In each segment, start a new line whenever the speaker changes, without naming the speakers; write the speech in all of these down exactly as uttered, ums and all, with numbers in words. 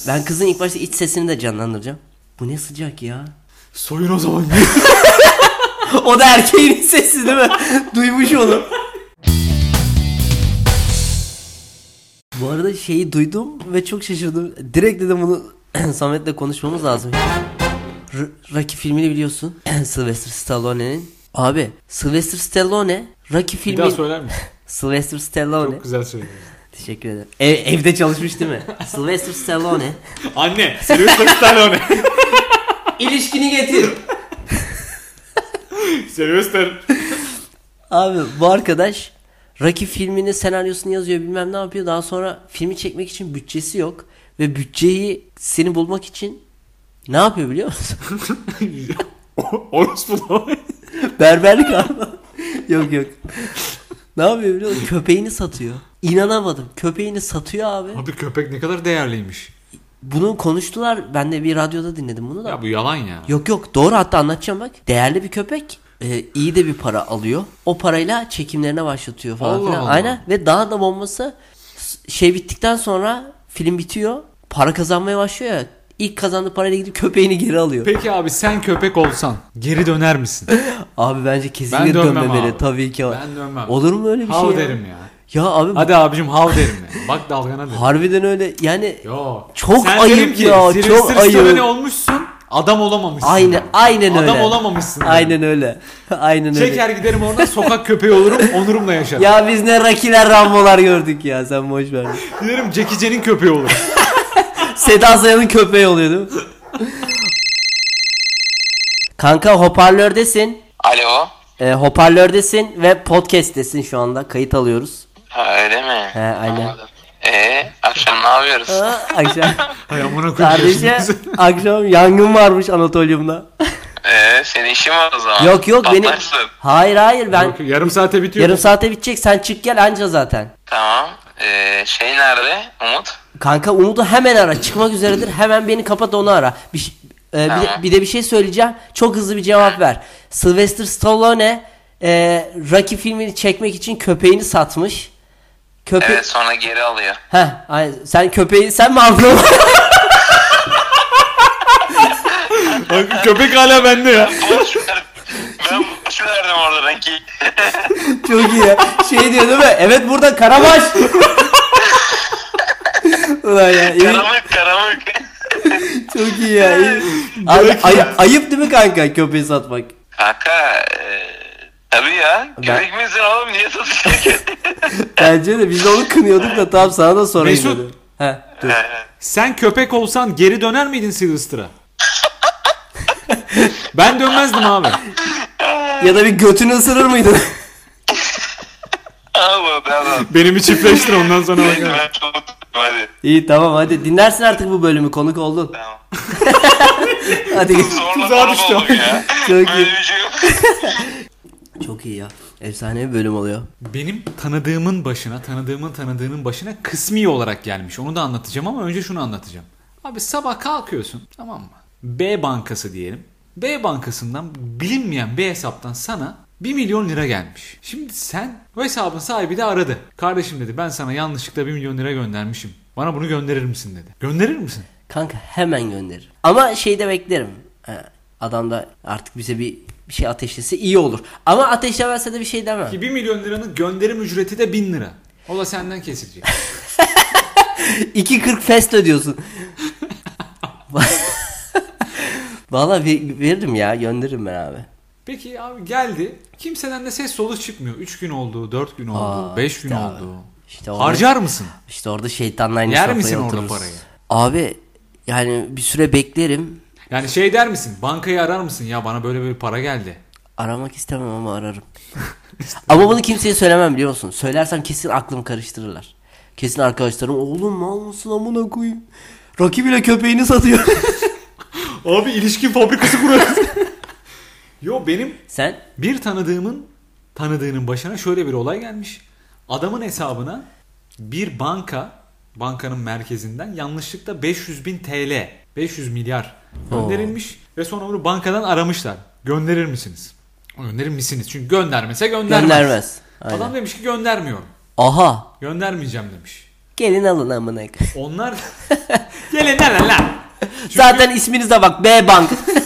Ben kızın ilk başta iç sesini de canlandıracağım. Bu ne sıcak ya.
Soyun o zaman.
O da erkeğin sesi değil mi? Duymuş onu. Bu arada şeyi duydum ve çok şaşırdım. Direkt dedim bunu Samet'le konuşmamız lazım. R- Rocky filmini biliyorsun. Sylvester Stallone'nin. Abi Sylvester Stallone Rocky filmi.
Bir daha söyler misin?
Sylvester Stallone.
Çok güzel söyledin.
Teşekkür ederim. Ev, evde çalışmış değil mi? Sylvester Stallone.
Anne, Sylvester Stallone.
İlişkini getir.
Sylvester.
Abi bu arkadaş Rocky filminin senaryosunu yazıyor, bilmem ne yapıyor. Daha sonra filmi çekmek için bütçesi yok. Ve bütçeyi seni bulmak için ne yapıyor biliyor musun?
Orospu.
Berberlik abi. Yok yok. Ne yapıyor biliyor musun? Köpeğini satıyor. İnanamadım. Köpeğini satıyor abi.
Abi köpek ne kadar değerliymiş.
Bunu konuştular. Ben de bir radyoda dinledim bunu da.
Ya bu yalan ya.
Yok yok doğru, hatta anlatacağım bak. Değerli bir köpek. e, iyi de bir para alıyor. O parayla çekimlerine başlatıyor falan
Allah
filan.
Allah.
Aynen. Ve daha da bombası, şey bittikten sonra film bitiyor. Para kazanmaya başlıyor ya. İlk kazandığı parayla gidip köpeğini geri alıyor.
Peki abi sen köpek olsan geri döner misin?
Abi bence kesinlikle
Ben dönmem
dönmemeli.
abi.
Tabii ki.
Ben dönmem.
Olur mu öyle bir
Hav
şey ya?
derim ya.
Ya abi
Hadi abicim hav derim ya. Bak dalgana derim.
harbiden öyle yani.
Yo.
Çok
sen
ayıp
derim ki,
ya,
Sylvester
çok ayıp.
Stallone olmuşsun, adam olamamışsın.
Aynen aynen öyle.
Adam olamamışsın. derim.
Aynen öyle. Aynen öyle.
Çeker giderim oradan sokak köpeği olurum, onurumla yaşarım.
Ya biz ne Rocky'ler, Rambo'lar gördük ya, sen boş ver.
Giderim Jackie Chan'in köpeği olurum.
Seda Sayan'ın köpeği oluyor değil mi? Kanka hoparlördesin.
Alo.
E, hoparlördesin ve podcast'tesin şu anda. Kayıt alıyoruz.
Ha öyle mi?
He aynen.
Eee akşam ne yapıyoruz?
Ha, akşam.
Hay amına koyayım.
Kardeşe akşam yangın varmış Anatolium'da.
Eee senin işin var o zaman.
Yok yok benim.
Patlarsın.
Hayır hayır ben.
Yok, yarım saate bitiyor.
Yarım saate bitecek, sen çık gel anca zaten.
Tamam. Eee şey nerede Umut?
Kanka Umut'u hemen ara, çıkmak üzeredir, hemen beni kapat, onu ara. Bir, ş- e, bir, de,
Tamam.
bir de bir şey söyleyeceğim, çok hızlı bir cevap ver. Sylvester Stallone e, Rocky filmini çekmek için köpeğini satmış. Köpe
Evet sonra geri alıyor.
Heh, ay- sen köpeği sen mi aldın?
Bak, köpek hala bende ya.
Boş ver. Ben boş verdim orada Rocky.
Çok iyi ya. Şey diyor değil mi? Evet burada Karabaş. Ulan ya. iyi.
Karamık karamık.
Çok iyi ya. iyi. Abi, ay- ayıp değil mi kanka köpeği satmak?
Kanka eee tabii ya. Köpek misin oğlum, niye satıyorsun?
Bence de biz de onu kınıyorduk da tam sana da sorayım
Mesut.
dedim. Heh, dur.
Sen köpek olsan geri döner miydin Sylvester'a? Ben dönmezdim abi.
Ya da bir götünü ısırır mıydın?
Allah Allah.
Benim bir çiftleştir ondan sonra bakalım.
Ben çok mutluyum, hadi.
İyi tamam hadi dinlersin artık bu bölümü, konuk oldun.
Tamam.
Hadi git.
Zorla
Tuzağa
falan
düştü.
oldum ya.
Çok
Böyle
iyi.
bir şey yok.
Çok iyi ya. Efsane bir bölüm oluyor.
Benim tanıdığımın başına, tanıdığımın tanıdığının başına kısmi olarak gelmiş. Onu da anlatacağım ama önce şunu anlatacağım. Abi sabah kalkıyorsun, tamam mı? B bankası diyelim. B bankasından bilinmeyen bir hesaptan sana bir milyon lira gelmiş. Şimdi sen, o hesabın sahibi de aradı. Kardeşim dedi, ben sana yanlışlıkla bir milyon lira göndermişim. Bana bunu gönderir misin dedi. Gönderir misin?
Kanka hemen gönderirim. Ama şeyde beklerim. Ha, adam da artık bize bir, bir şey ateşlese iyi olur. Ama ateşlemezse de bir şey demem.
Ki bir milyon liranın gönderim ücreti de bin lira. O da senden kesilecek.
iki kırk fest ödüyorsun. Valla ver- veririm ya, gönderirim ben abi.
Peki abi geldi. Kimseden de ses soluk çıkmıyor. üç gün oldu, dört gün oldu,
Aa,
beş
işte
gün
abi.
oldu.
İşte orada,
Harcar mısın?
işte orada şeytanla aynı
Yer
sofraya
misin orada
otururuz.
parayı?
Abi yani bir süre beklerim.
Yani şey der misin? Bankayı arar mısın? Ya bana böyle bir para geldi.
Aramak istemem ama ararım. Ama bunu kimseye söylemem biliyor musun? Söylersem kesin aklımı karıştırırlar. Kesin arkadaşlarım oğlum mal mısın amına koyayım. Rakip bile köpeğini satıyor.
Abi ilişki fabrikası kurarız. Yo benim
Sen?
bir tanıdığımın tanıdığının başına şöyle bir olay gelmiş. Adamın hesabına bir banka, bankanın merkezinden yanlışlıkla beş yüz bin T L, beş yüz milyar gönderilmiş. Ve sonra bunu bankadan aramışlar. Gönderir misiniz? Gönderir misiniz? Çünkü göndermese göndermez.
Göndermez. Aynen.
Adam demiş ki göndermiyorum.
Aha.
Göndermeyeceğim demiş.
Gelin alın amına koyayım.
Onlar gelin lan lan. Çünkü
Zaten isminize bak, B Bank.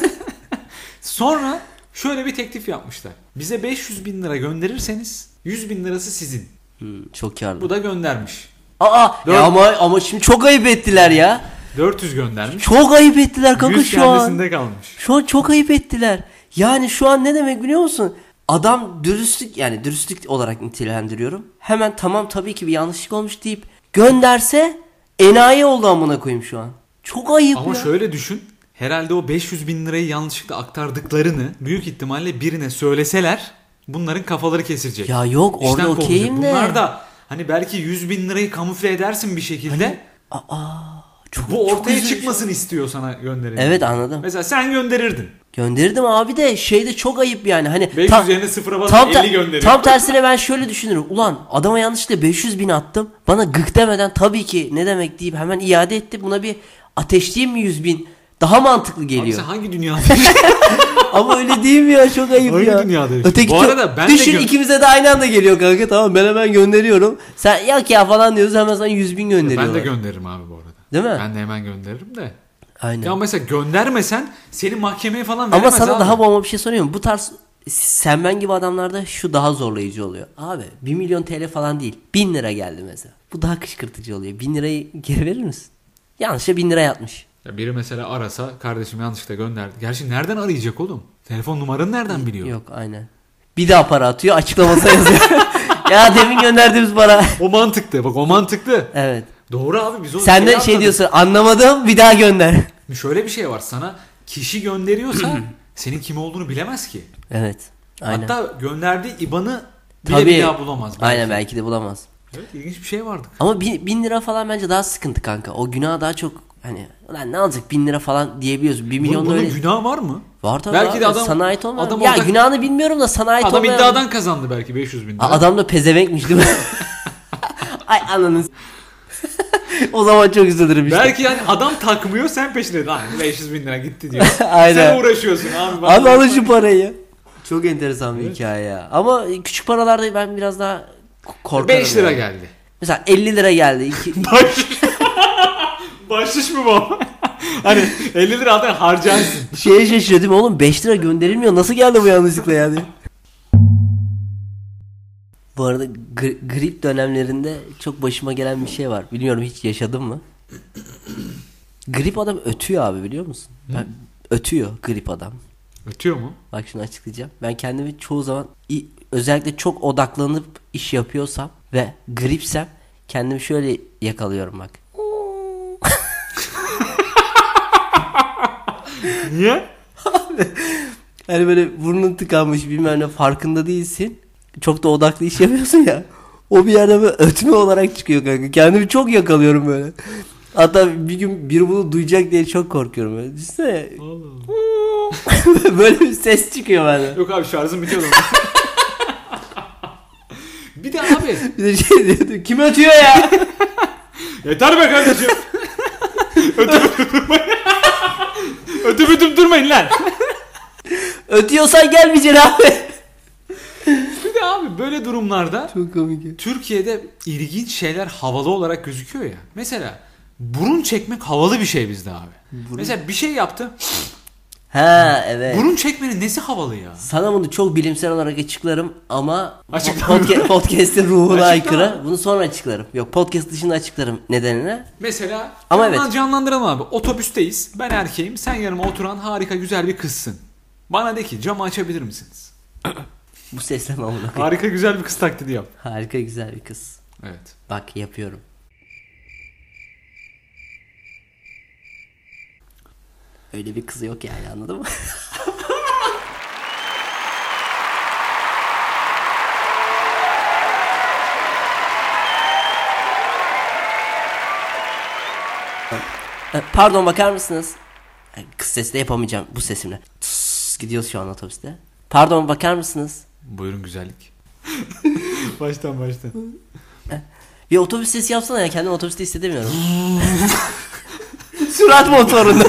sonra şöyle bir teklif yapmışlar. Bize beş yüz bin lira gönderirseniz yüz bin lirası sizin.
Hmm, çok karlı.
Bu da göndermiş.
Aa
Dört-
ya ama ama şimdi çok ayıp ettiler ya.
dört yüz göndermiş.
Çok ayıp ettiler kanka
yüz
şu an.
kendisinde kalmış.
Şu an çok ayıp ettiler. Yani şu an ne demek biliyor musun? Adam dürüstlük, yani dürüstlük olarak nitelendiriyorum. Hemen tamam tabii ki bir yanlışlık olmuş deyip gönderse enayi oldu amına koyayım şu an. Çok ayıp
Ama
ya.
şöyle düşün. Herhalde o beş yüz bin lirayı yanlışlıkla aktardıklarını büyük ihtimalle birine söyleseler bunların kafaları kesilecek.
Ya yok orada
İşten
okeyim
kovulacak.
de.
Bunlar da hani belki yüz bin lirayı kamufle edersin bir şekilde.
Aa, çok,
Bu
çok
ortaya
üzücü.
çıkmasın istiyor sana gönderelim.
Evet anladım.
Mesela sen gönderirdin.
Gönderdim abi de şey de çok ayıp yani. Hani
beş yüz
tam-
yerine sıfıra basıp
tam,
elli gönderiyor.
tam tersine ben şöyle düşünürüm. Ulan adama yanlışlıkla beş yüz bin attım. Bana gık demeden tabii ki ne demek deyip hemen iade etti. Buna bir ateşleyeyim mi yüz bin? Daha mantıklı
Abi
geliyor.
sen hangi dünyada?
Ama öyle değil mi ya? Çok ayıp
Hangi
ya.
dünyada yaşıyorsun?
Öteki
Bu
çok-
arada ben de
düşün
gö-
ikimize de aynı anda geliyor kanka. Tamam ben hemen gönderiyorum. Sen yok ya falan diyoruz, hemen sana yüz bin gönderiyorlar.
Ben de gönderirim abi bu arada.
Değil mi?
Ben de hemen gönderirim de.
Aynen.
Ya mesela göndermesen seni mahkemeye falan
Ama
veremez
sana
abi.
daha bomba bir şey soruyorum. Bu tarz sen ben gibi adamlarda şu daha zorlayıcı oluyor. Abi bir milyon T L falan değil. bin lira geldi mesela. Bu daha kışkırtıcı oluyor. bin lirayı geri verir misin? Yanlışa bin lira yatmış.
Ya biri mesela arasa kardeşim yanlışlıkla gönderdi. Gerçi nereden arayacak oğlum? Telefon numaranı nereden biliyor?
Yok aynen. Bir daha para atıyor, açıklamasına yazıyor. Ya demin gönderdiğimiz para.
O mantıklı. Bak o mantıklı.
Evet.
Doğru abi biz o
Sen de şey
atladık.
diyorsun, anlamadım, bir daha gönder.
Şöyle bir şey var, sana kişi gönderiyorsa senin kim olduğunu bilemez ki.
Evet. Aynen.
Hatta gönderdiği I B A N'ı bile
Tabii.
bir daha bulamaz. Belki.
Aynen belki de bulamaz.
Evet, ilginç bir şey vardı.
Ama bin, bin lira falan bence daha sıkıntı kanka. O günah daha çok hani ulan ne alacak bin lira falan diyebiliyoruz. Bir milyon
Bunun,
da
bunun
öyle.
günahı var mı?
Var tabii
Belki
abi.
de adam-
sana ait olmayan.
adam
Ya
orada-
günahını bilmiyorum da sana ait
Adam
olmayan.
iddiadan kazandı belki beş yüz bin lira.
A- Adam da pezevenkmiş değil mi? Ay ananız. O zaman çok üzülürüm işte.
Belki yani adam takmıyor, sen peşinde lan beş yüz bin lira gitti diyor.
Aynen.
Sen uğraşıyorsun abi. bana
Abi alın
bak.
şu parayı. Çok enteresan bir hikaye ya. Ama küçük paralarda ben biraz daha korkarım.
beş lira
yani.
geldi.
Mesela elli lira geldi. İki...
Baş... Başlış mı bu? Hani elli lira adam harcarsın.
Şeye şaşırdım oğlum, beş lira gönderilmiyor. Nasıl geldi bu yanlışlıkla yani? Bu arada gri- grip dönemlerinde çok başıma gelen bir şey var. Bilmiyorum hiç yaşadın mı? Grip adam ötüyor abi, biliyor musun? Ben, ötüyor grip adam.
Ötüyor mu?
Bak şunu açıklayacağım. Ben kendimi çoğu zaman i- özellikle çok odaklanıp iş yapıyorsam ve gripsem kendimi şöyle yakalıyorum bak.
Niye?
Hani böyle burnun tıkanmış bilmem ne, farkında değilsin. Çok da odaklı iş yapıyorsun ya. O bir yerde böyle ötme olarak çıkıyor kanka. Kendimi çok yakalıyorum böyle. Hatta bir gün biri bunu duyacak diye çok korkuyorum böyle. Düşünsene. Böyle bir ses çıkıyor benden.
Yok abi şarjım bitiyor o zaman. Bir de abi.
Bir de şey diyordu. Kim ötüyor ya?
Yeter be kardeşim. Ötüp durmayın. Ötüp ötüp durmayın lan.
Ötüyorsan gelmeyeceksin abi.
Bir de abi böyle durumlarda
Çok komik ya.
Türkiye'de ilginç şeyler havalı olarak gözüküyor ya. Mesela burun çekmek havalı bir şey bizde abi. Mesela bir şey yaptı.
Ha evet.
Burun çekmenin nesi havalı ya?
Sana bunu çok bilimsel olarak açıklarım ama
Açıkla.
podca- podcast'in ruhuna
Açıkla.
aykırı. Bunu sonra açıklarım. Yok, podcast dışında açıklarım nedenini.
Mesela
Ama
canlan-
evet.
canlandıralım abi. Otobüsteyiz. Ben erkeğim. Sen yanıma oturan harika güzel bir kızsın. Bana de ki camı açabilir misiniz?
Bu sesle mi amına koyayım?
Harika güzel bir kız taklidi yap.
Harika güzel bir kız.
Evet.
Bak yapıyorum. Öyle bir kız yok yani, anladın mı? E, Pardon, bakar mısınız? E, Kız sesi de yapamayacağım bu sesimle. Tıs, gidiyoruz şu an otobüste. Pardon, bakar mısınız?
Buyurun güzellik. baştan baştan.
Bir otobüs sesi yapsana ya, kendimi otobüste hissedemiyorum. Sürat motorunda.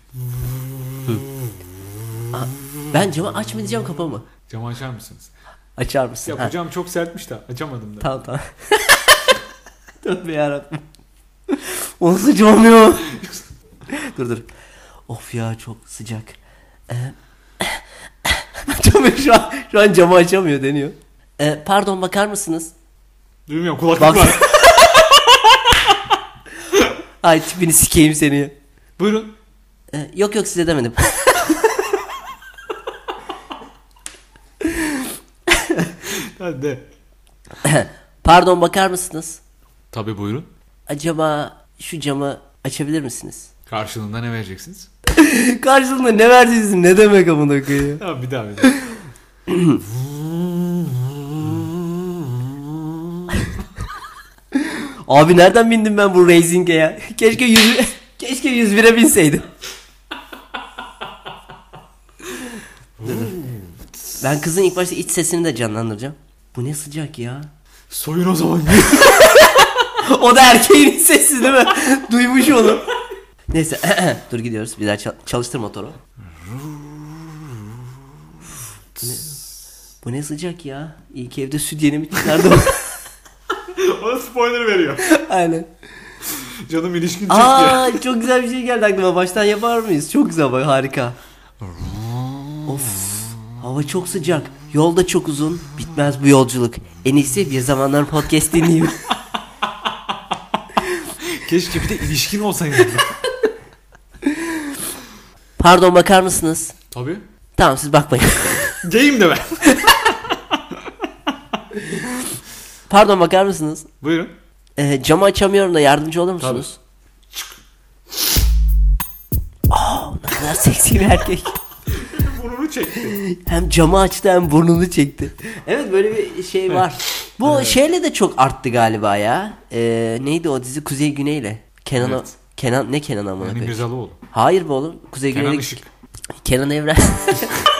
Ben camı aç mı diyeceğim, kapa mı?
Camı açar mısınız?
Açar mısın?
Ya
Ha.
kucağım çok sertmiş de açamadım da.
Tamam tamam. Tövbe yarabbim. O sıcak olmuyor. Dur dur. Of ya çok sıcak. Ee, Tabii şu an, şu an camı açamıyor deniyor. Ee, pardon bakar mısınız?
Duymuyorum, kulaklık
Bak.
var.
Ay tipini sikeyim seni.
Buyurun.
Ee, yok yok size demedim.
Hadi de.
Pardon bakar mısınız?
Tabii buyurun.
Acaba şu camı açabilir misiniz?
Karşılığında ne vereceksiniz?
Karşılığında ne verdiniz ne demek amına koyayım?
Tamam bir daha bir daha.
Abi nereden bindim ben bu Racing'e ya? Keşke yüz keşke yüz bire binseydim. Dur, dur. Ben kızın ilk başta iç sesini de canlandıracağım. Bu ne sıcak ya?
Soyun o zaman.
O da erkeğin sesi değil mi? Duymuş onu. Neyse dur gidiyoruz. Bir daha çal- çalıştır motoru. Bu ne, bu ne sıcak ya? İyi ki evde süt yeni bitmişlerdi.
Bana spoiler veriyor.
Aynen.
Canım ilişkin çekti.
Aa çok güzel bir şey geldi aklıma. Baştan yapar mıyız? Çok güzel bak harika. Of. Hava çok sıcak. Yol da çok uzun. Bitmez bu yolculuk. En iyisi bir zamanlar podcast dinleyeyim.
Keşke bir de ilişkin olsaydı.
Pardon bakar mısınız?
Tabii.
Tamam siz bakmayın.
Gayim de ben.
Pardon bakar mısınız?
Buyurun.
Ee, camı açamıyorum da yardımcı olur musunuz? Aa, ne kadar seksi bir erkek.
Burnunu çekti.
Hem camı açtı hem burnunu çekti. Evet böyle bir şey var. Bu
Evet.
şeyle de çok arttı galiba ya. Ee, neydi o dizi Kuzey Güney'le? Kenan
Evet.
Kenan ne Kenan amına
Benim
koyayım?
Güzeloğlu.
Hayır be oğlum. Kuzey
Kenan
Güney'le
Işık.
Kenan Evren.